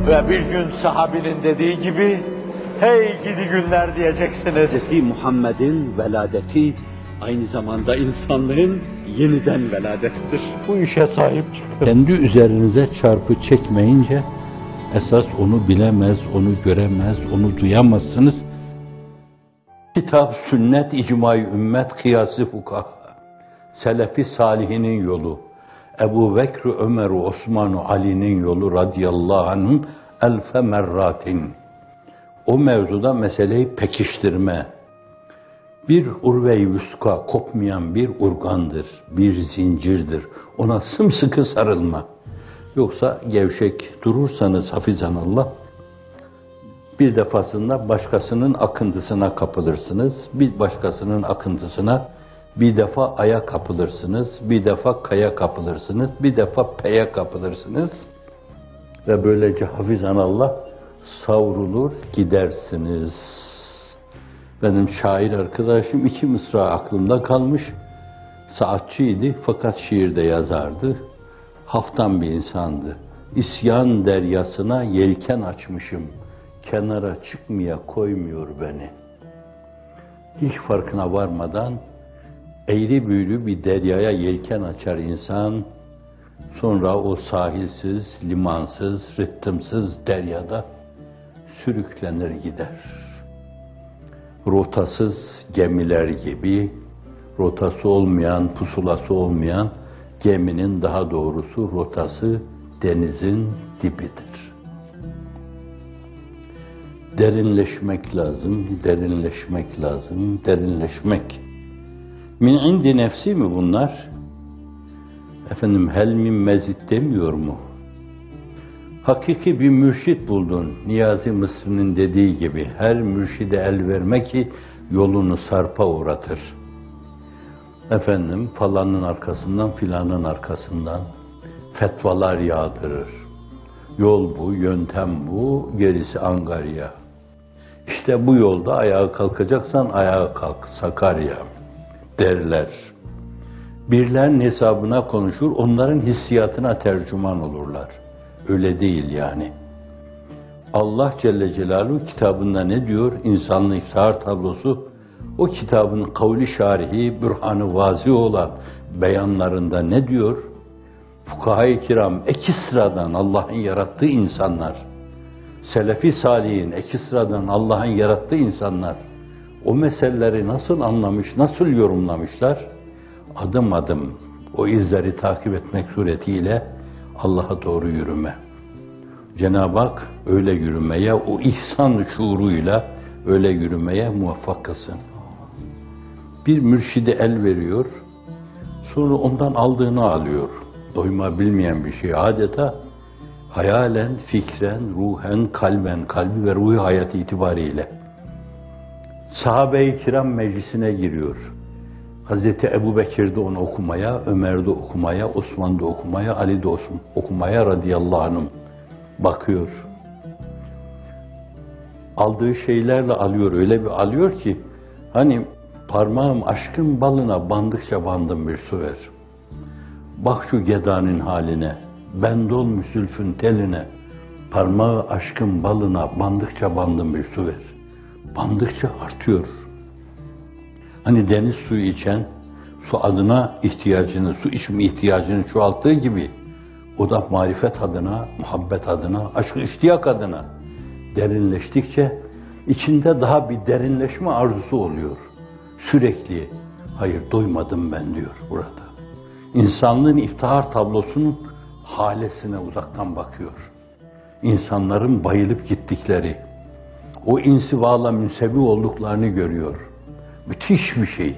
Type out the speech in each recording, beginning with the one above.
Ve bir gün sahabinin dediği gibi, hey gidi günler diyeceksiniz. Hz. Muhammed'in veladeti aynı zamanda insanlığın yeniden veladettir. Bu işe sahip çıkın. Kendi üzerinize çarpı çekmeyince, esas onu bilemez, onu göremez, onu duyamazsınız. Kitap, sünnet, icma-i ümmet, kıyas-ı fukaha, Selefi salihinin yolu, Ebu Bekr, Ömer, Osman, Ali'nin yolu radıyallahu anhum elfe merratin. O mevzuda meseleyi pekiştirme, bir urve-i vüska, kopmayan bir urgandır, bir zincirdir. Ona sımsıkı sarılma. Yoksa gevşek durursanız hafizanallah, bir defasında başkasının akıntısına kapılırsınız, bir başkasının akıntısına bir defa aya kapılırsınız, bir defa kaya kapılırsınız, bir defa peye kapılırsınız ve böylece hafizanallah savrulur gidersiniz. Benim şair arkadaşım iki mısra aklımda kalmış. Saatçiydi fakat şiirde yazardı. Haftan bir insandı. İsyan deryasına yelken açmışım. Kenara çıkmaya koymuyor beni. Hiç farkına varmadan eğri büğrü bir deryaya yelken açar insan. Sonra o sahilsiz, limansız, rıhtımsız deryada sürüklenir gider. Rotasız gemiler gibi, rotası olmayan, pusulası olmayan geminin daha doğrusu rotası denizin dibidir. Derinleşmek lazım, derinleşmek lazım, derinleşmek. Min indi nefsi mi bunlar? Efendim hel min mezid demiyor mu? Hakiki bir mürşit buldun. Niyazi Mısri'nin dediği gibi her mürşide el verme ki yolunu sarpa uğratır. Efendim falanın arkasından filanın arkasından fetvalar yağdırır. Yol bu, yöntem bu, gerisi angarya. İşte bu yolda ayağa kalkacaksan ayağa kalk, Sakarya derler. Birlerin hesabına konuşur, onların hissiyatına tercüman olurlar. Öyle değil yani. Allah Celle Celaluhu kitabında ne diyor? İnsanlık iftihar tablosu, o kitabın kavli şarihi, bürhan-ı vazi olan beyanlarında ne diyor? Fukaha-i kiram, eki sıradan Allah'ın yarattığı insanlar, Selefi salihin, eki sıradan Allah'ın yarattığı insanlar, o meseleleri nasıl anlamış, nasıl yorumlamışlar? Adım adım o izleri takip etmek suretiyle Allah'a doğru yürüme. Cenab-ı Hak öyle yürümeye, o ihsan şuuruyla öyle yürümeye muvaffak kılsın. Bir mürşide el veriyor, sonra ondan aldığını alıyor. Doyma bilmeyen bir şey. Adeta hayalen, fikren, ruhen, kalben, kalbi ve ruhi hayatı itibariyle. Sahabe-i kiram meclisine giriyor. Hazreti Ebu Bekir'de onu okumaya, Ömer'de okumaya, Osman'da okumaya, Ali'de okumaya radıyallahu anh bakıyor. Aldığı şeylerle alıyor, öyle bir alıyor ki, hani parmağım aşkın balına bandıkça bandım bir su ver. Bak şu gedanın haline, bend olmuş zülfün teline, parmağı aşkın balına bandıkça bandım bir su ver. Bandıkça artıyor. Hani deniz suyu içen, su adına ihtiyacını, su içme ihtiyacını çoğalttığı gibi, o da marifet adına, muhabbet adına, aşk-ı iştiyak adına derinleştikçe, içinde daha bir derinleşme arzusu oluyor. Sürekli, hayır doymadım ben diyor burada. İnsanlığın iftihar tablosunun halesine uzaktan bakıyor. İnsanların bayılıp gittikleri, o insivala münsevi olduklarını görüyor. Müthiş bir şey.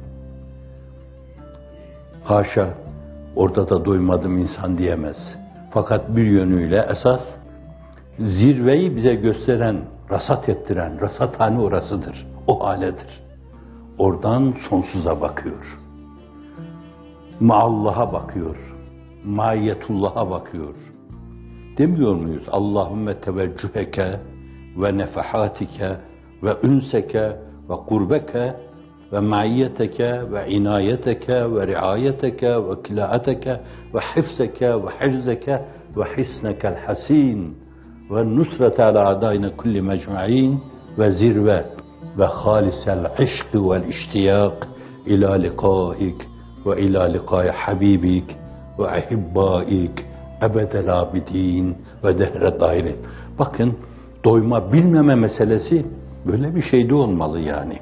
Haşa, orada da doymadım insan diyemez. Fakat bir yönüyle esas zirveyi bize gösteren, rasat ettiren, rasathane orasıdır. O haledir. Oradan sonsuza bakıyor. Ma'allaha bakıyor. Maiyetullah'a bakıyor. Demiyor muyuz? Allahümme teveccüheke ve nefahatike ve ünseke ve kurbeke ve maiyeteke ve inayeteke ve riayeteke ve kilaateke ve hifzeke ve hirzeke ve hisnekel hasin ve nusrete ala adayna kulli mecmu'in ve zirve ve halisel işk vel iştiyak ila liqaik ve ila liqai habibik ve ahibbaik ebedel abidin ve dehre dairin. Bakın, doyma bilmeme meselesi böyle bir şeyde olmalı yani.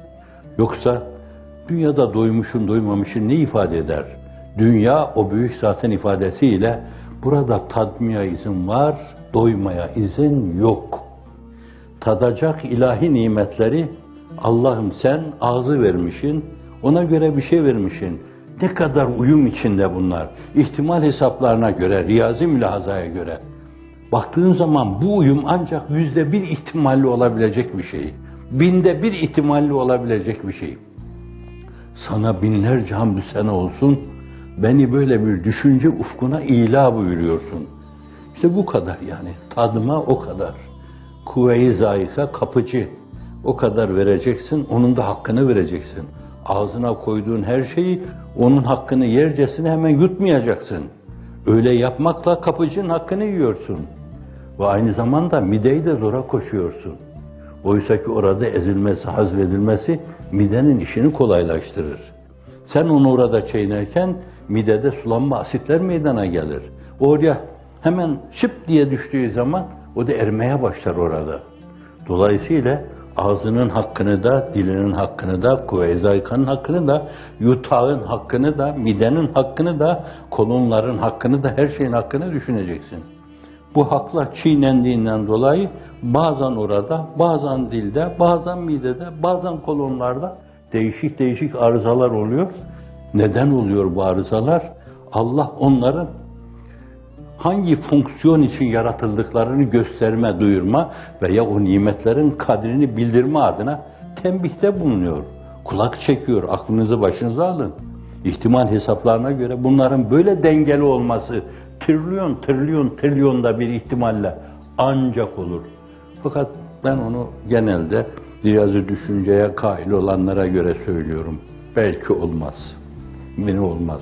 Yoksa dünyada doymuşun doymamışın ne ifade eder? Dünya o büyük zaten ifadesiyle burada tadmaya izin var, doymaya izin yok. Tadacak ilahi nimetleri Allah'ım sen ağzı vermişsin, ona göre bir şey vermişsin. Ne kadar uyum içinde bunlar. İhtimal hesaplarına göre, riyazi mülahazaya göre. Baktığın zaman bu uyum ancak %1 ihtimalli olabilecek bir şey. 1000'de 1 ihtimalli olabilecek bir şey. Sana binlerce hamdü sene olsun, beni böyle bir düşünce ufkuna ila buyuruyorsun. İşte bu kadar yani. Tadıma o kadar. Kuvve-i zayika kapıcı. O kadar vereceksin, onun da hakkını vereceksin. Ağzına koyduğun her şeyi, onun hakkını yercesine hemen yutmayacaksın. Öyle yapmakla kapıcının hakkını yiyorsun. Ve aynı zamanda mideyi de zora koşuyorsun. Oysa ki orada ezilmesi, hazvedilmesi midenin işini kolaylaştırır. Sen onu orada çiğnerken midede sulanma, asitler meydana gelir. Oraya hemen şıp diye düştüğü zaman o da erimeye başlar orada. Dolayısıyla ağzının hakkını da, dilinin hakkını da, kuvve-i zaykanın hakkını da, yutağın hakkını da, midenin hakkını da, kolonların hakkını da, her şeyin hakkını düşüneceksin. Bu haklar çiğnendiğinden dolayı bazen orada, bazen dilde, bazen midede, bazen kolonlarda değişik değişik arızalar oluyor. Neden oluyor bu arızalar? Allah onların hangi fonksiyon için yaratıldıklarını gösterme, duyurma veya o nimetlerin kadrini bildirme adına tembihte bulunuyor. Kulak çekiyor, aklınızı başınıza alın. İhtimal hesaplarına göre bunların böyle dengeli olması trilyonda bir ihtimalle ancak olur. Fakat ben onu genelde riyazi düşünceye kail olanlara göre söylüyorum. Belki olmaz. Beni olmaz.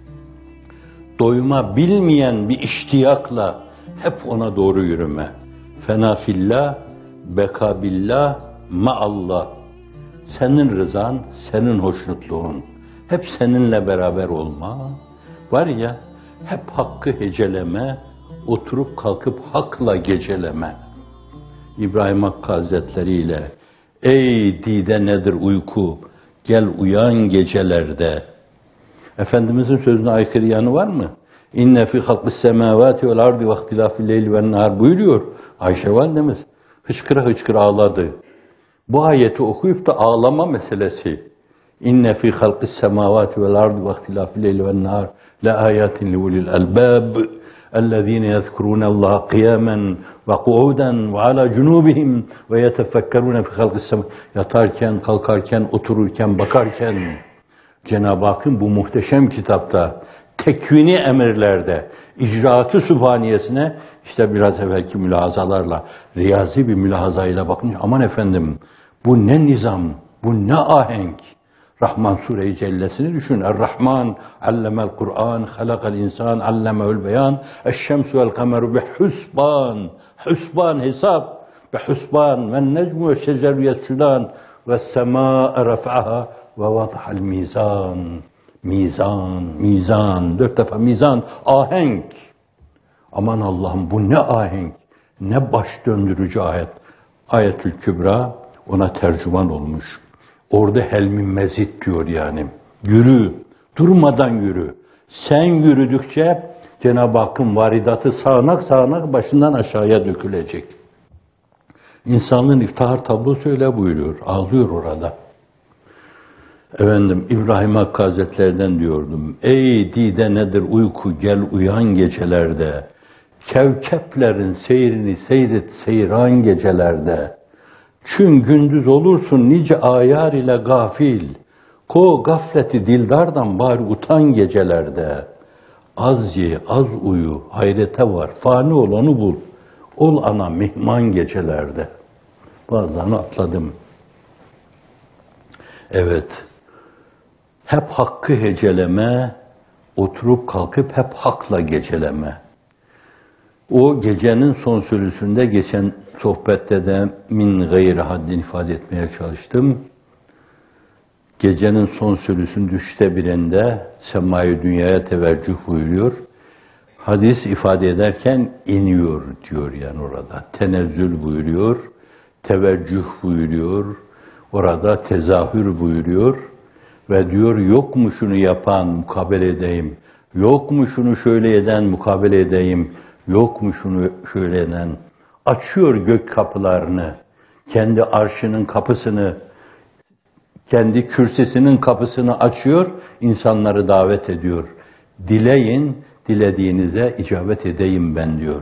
Doyma bilmeyen bir iştiyakla hep ona doğru yürüme. Fena fillah, beka billah, maallah. Senin rızan, senin hoşnutluğun. Hep seninle beraber olma. Var ya, hep hakkı heceleme, oturup kalkıp hakla geceleme. İbrahim Hakkı Hazretleri ile ey dide nedir uyku, gel uyan gecelerde. Efendimizin sözüne aykırı yanı var mı? İnne fi halqis semavati vel ardi ve ihtilafil leyli ven nahar buyuruyor. Ayşe validemiz hıçkıra hıçkıra ağladı. Bu ayeti okuyup da ağlama meselesi. İnne fi halqis semavati vel ardi ve ihtilafil leyli ven nahar la ayatin li ulil albab ellezine yezkurunallaha kıyamen ve qu'uden ve ala cunubihim ve yetefekkerune fi halqis semavati. Yatarken, kalkarken, otururken, bakarken Cenab-ı Hakk'ın bu muhteşem kitapta, tekvini emirlerde, icraatı sübhaniyesine işte biraz evvelki mülahazalarla, riyazi bir mülahazayla bakınca aman efendim bu ne nizam, bu ne ahenk. Rahman Sure-i Cellesini düşün. Er-Rahman allemel Kur'an, halakal insan, allemehül beyan, eşşemsu vel kameru bihusban, husban hesap, bihusban ve necmu ve şeceru yessudan ve semâe ref'aha ve vadahal mizan. Mizan, 4 defa mizan, ahenk. Aman Allah'ım bu ne ahenk, ne baş döndürücü ayet. Ayetül Kübra ona tercüman olmuş. Orada helmin mezid diyor yani. Yürü, durmadan yürü. Sen yürüdükçe Cenab-ı Hakk'ın varidatı sağanak başından aşağıya dökülecek. İnsanlığın iftihar tablosu öyle buyuruyor, ağlıyor orada. Efendim İbrahim Hakkı Hazretleri'den diyordum. Ey dide nedir uyku gel uyan gecelerde. Kevkeplerin seyrini seyret seyran gecelerde. Çün gündüz olursun nice ayar ile gafil. Ko gafleti dildardan bari utan gecelerde. Az ye az uyu hayrete var fani ol onu bul. Ol ana mihman gecelerde. Bazılarını atladım. Evet. Hep hakkı heceleme, oturup kalkıp hep hakla geceleme. O gecenin son sürüsünde geçen sohbette de min gayri haddin ifade etmeye çalıştım. Gecenin son sürüsünün düşte birinde semai dünyaya teveccüh buyuruyor. Hadis ifade ederken iniyor diyor yani orada. Tenezzül buyuruyor, teveccüh buyuruyor, orada tezahür buyuruyor ve diyor yok mu şunu yapan mukabele edeyim, yok mu şunu şöyle eden mukabele edeyim, yok mu şunu şöyle eden. Açıyor gök kapılarını, kendi arşının kapısını, kendi kürsisinin kapısını açıyor, insanları davet ediyor. Dileyin, dilediğinize icabet edeyim ben diyor.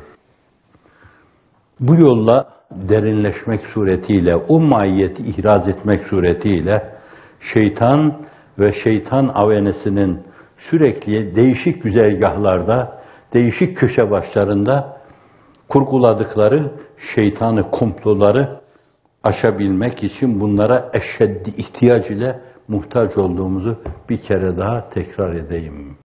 Bu yolla derinleşmek suretiyle, o mahiyeti ihraz etmek suretiyle şeytan ve şeytan avenesinin sürekli değişik güzergahlarda, değişik köşe başlarında kurguladıkları şeytanı komploları aşabilmek için bunlara eşeddi ihtiyac ile muhtaç olduğumuzu bir kere daha tekrar edeyim.